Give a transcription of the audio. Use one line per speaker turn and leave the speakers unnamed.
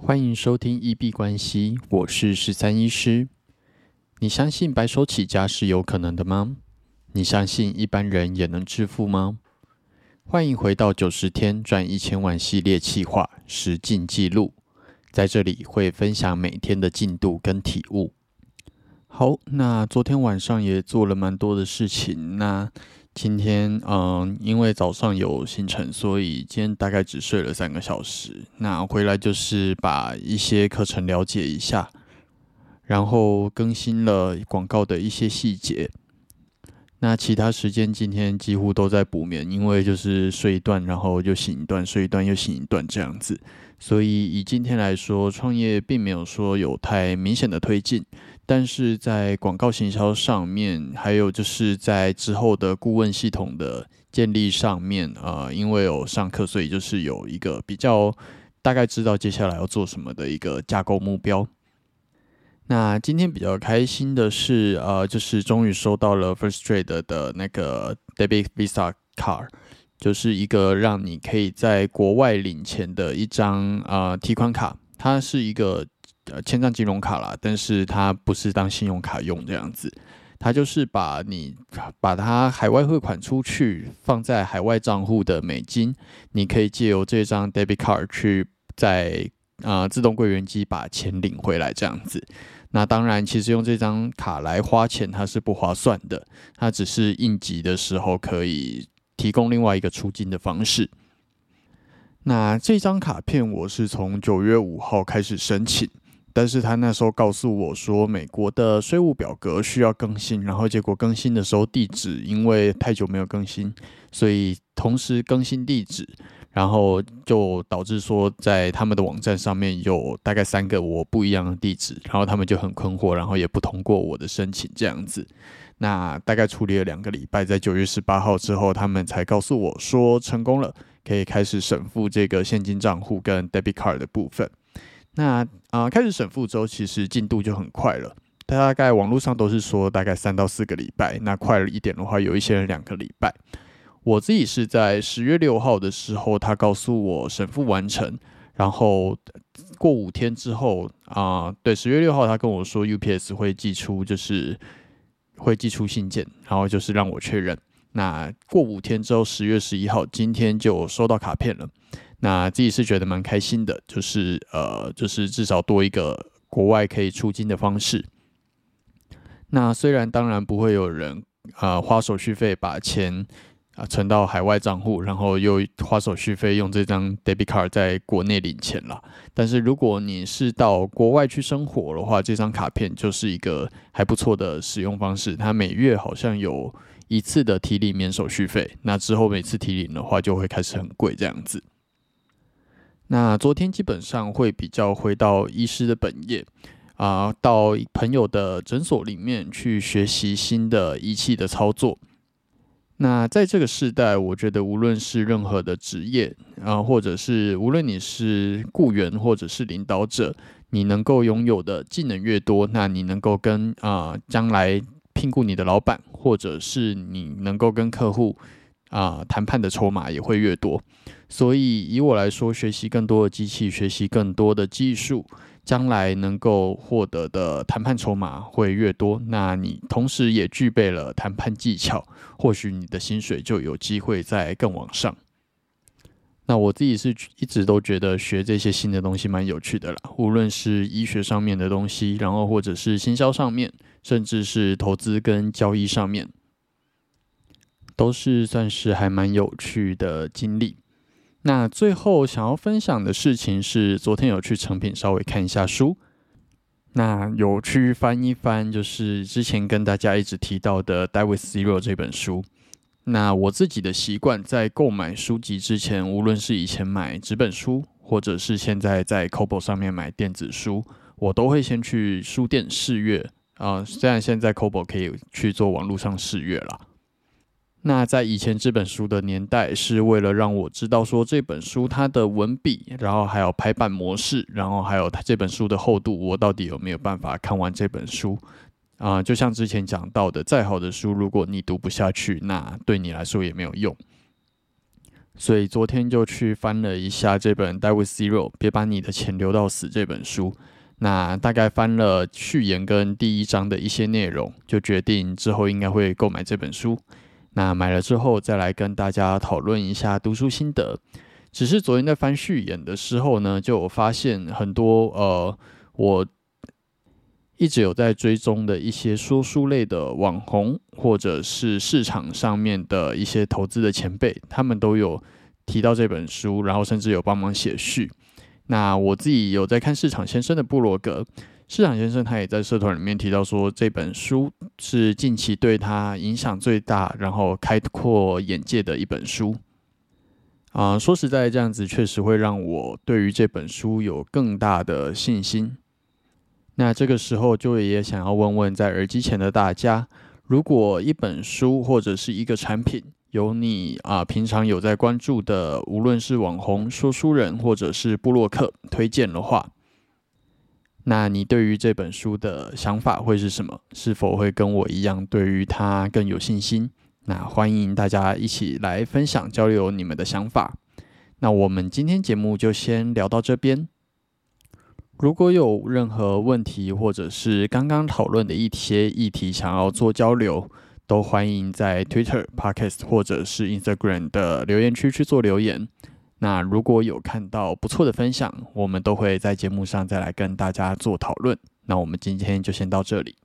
欢迎收听一币关系，我是13医师。你相信白手起家是有可能的吗？你相信一般人也能致富吗？欢迎回到90天赚1000万系列企划实进记录，在这里会分享每天的进度跟体悟。好，那昨天晚上也做了蛮多的事情，那今天因为早上有行程，所以今天大概只睡了3个小时。那回来就是把一些课程了解一下，然后更新了广告的一些细节。那其他时间今天几乎都在补眠，因为就是睡一段，然后又醒一段，睡一段又醒一段这样子。所以以今天来说，创业并没有说有太明显的推进。但是在广告行销上面，还有就是在之后的顾问系统的建立上面，因为有上课，所以就是有一个比较大概知道接下来要做什么的一个架构目标。那今天比较开心的是，就是终于收到了 First Trade 的那个 Debit Visa Card， 就是一个让你可以在国外领钱的一张提款卡，它是一个签账金融卡啦，但是它不是当信用卡用这样子，它就是把它海外汇款出去，放在海外账户的美金，你可以借由这张 debit card 去在自动柜员机把钱领回来这样子。那当然，其实用这张卡来花钱它是不划算的，它只是应急的时候可以提供另外一个出金的方式。那这张卡片我是从9月5号开始申请。但是他那时候告诉我说，美国的税务表格需要更新，然后结果更新的时候地址因为太久没有更新，所以同时更新地址，然后就导致说在他们的网站上面有大概3个我不一样的地址，然后他们就很困惑，然后也不通过我的申请这样子。那大概处理了2个礼拜，在9月18号之后，他们才告诉我说成功了，可以开始审付这个现金账户跟 debit card 的部分。那开始审付之后，其实进度就很快了。大概网络上都是说大概3到4个礼拜，那快了一点的话，有一些人2个礼拜。我自己是在10月6号的时候，他告诉我审付完成，然后过5天之后对，10月6号他跟我说 UPS 会寄出信件，然后就是让我确认。那过5天之后，10月11号，今天就收到卡片了。那自己是觉得蛮开心的，就是至少多一个国外可以出金的方式。那虽然当然不会有人花手续费把钱存到海外账户，然后又花手续费用这张 debit card 在国内领钱啦。但是如果你是到国外去生活的话，这张卡片就是一个还不错的使用方式。它每月好像有1次的提领免手续费，那之后每次提领的话就会开始很贵这样子。那昨天基本上会比较回到医师的本业到朋友的诊所里面去学习新的仪器的操作。那在这个世代，我觉得无论是任何的职业或者是无论你是雇员或者是领导者，你能够拥有的技能越多，那你能够跟将来聘雇你的老板，或者是你能够跟客户谈判的筹码也会越多。所以以我来说，学习更多的机器，学习更多的技术，将来能够获得的谈判筹码会越多，那你同时也具备了谈判技巧，或许你的薪水就有机会再更往上。那我自己是一直都觉得学这些新的东西蛮有趣的啦，无论是医学上面的东西，然后或者是行销上面，甚至是投资跟交易上面，都是算是还蛮有趣的经历。那最后想要分享的事情是，昨天有去诚品稍微看一下书，那有去翻一翻，就是之前跟大家一直提到的《Die with Zero》这本书。那我自己的习惯，在购买书籍之前，无论是以前买纸本书，或者是现在在 Kobo 上面买电子书，我都会先去书店试阅虽然现在 Kobo 可以去做网络上试阅啦。那在以前这本书的年代，是为了让我知道说这本书它的文笔，然后还有排版模式，然后还有它这本书的厚度，我到底有没有办法看完这本书就像之前讲到的，再好的书，如果你读不下去，那对你来说也没有用。 所以昨天就去翻了一下这本《Die with Zero》，别把你的钱留到死这本书。那大概翻了序言跟第一章的一些内容，就决定之后应该会购买这本书。那买了之后再来跟大家讨论一下读书心得。只是昨天在翻序言的时候呢，就有发现很多我一直有在追踪的一些说书类的网红，或者是市场上面的一些投资的前辈，他们都有提到这本书，然后甚至有帮忙写序。那我自己有在看市场先生的部落格，市场先生他也在社团里面提到说，这本书是近期对他影响最大，然后开阔眼界的一本书。说实在，这样子确实会让我对于这本书有更大的信心。那这个时候就也想要问问在耳机前的大家，如果一本书或者是一个产品有你平常有在关注的，无论是网红、说书人或者是部落客推荐的话，那你对于这本书的想法会是什么？是否会跟我一样对于它更有信心？那欢迎大家一起来分享交流你们的想法。那我们今天节目就先聊到这边。如果有任何问题，或者是刚刚讨论的一些议题想要做交流，都欢迎在 Twitter、Podcast 或者是 Instagram 的留言区去做留言。那如果有看到不错的分享，我们都会在节目上再来跟大家做讨论。那我们今天就先到这里。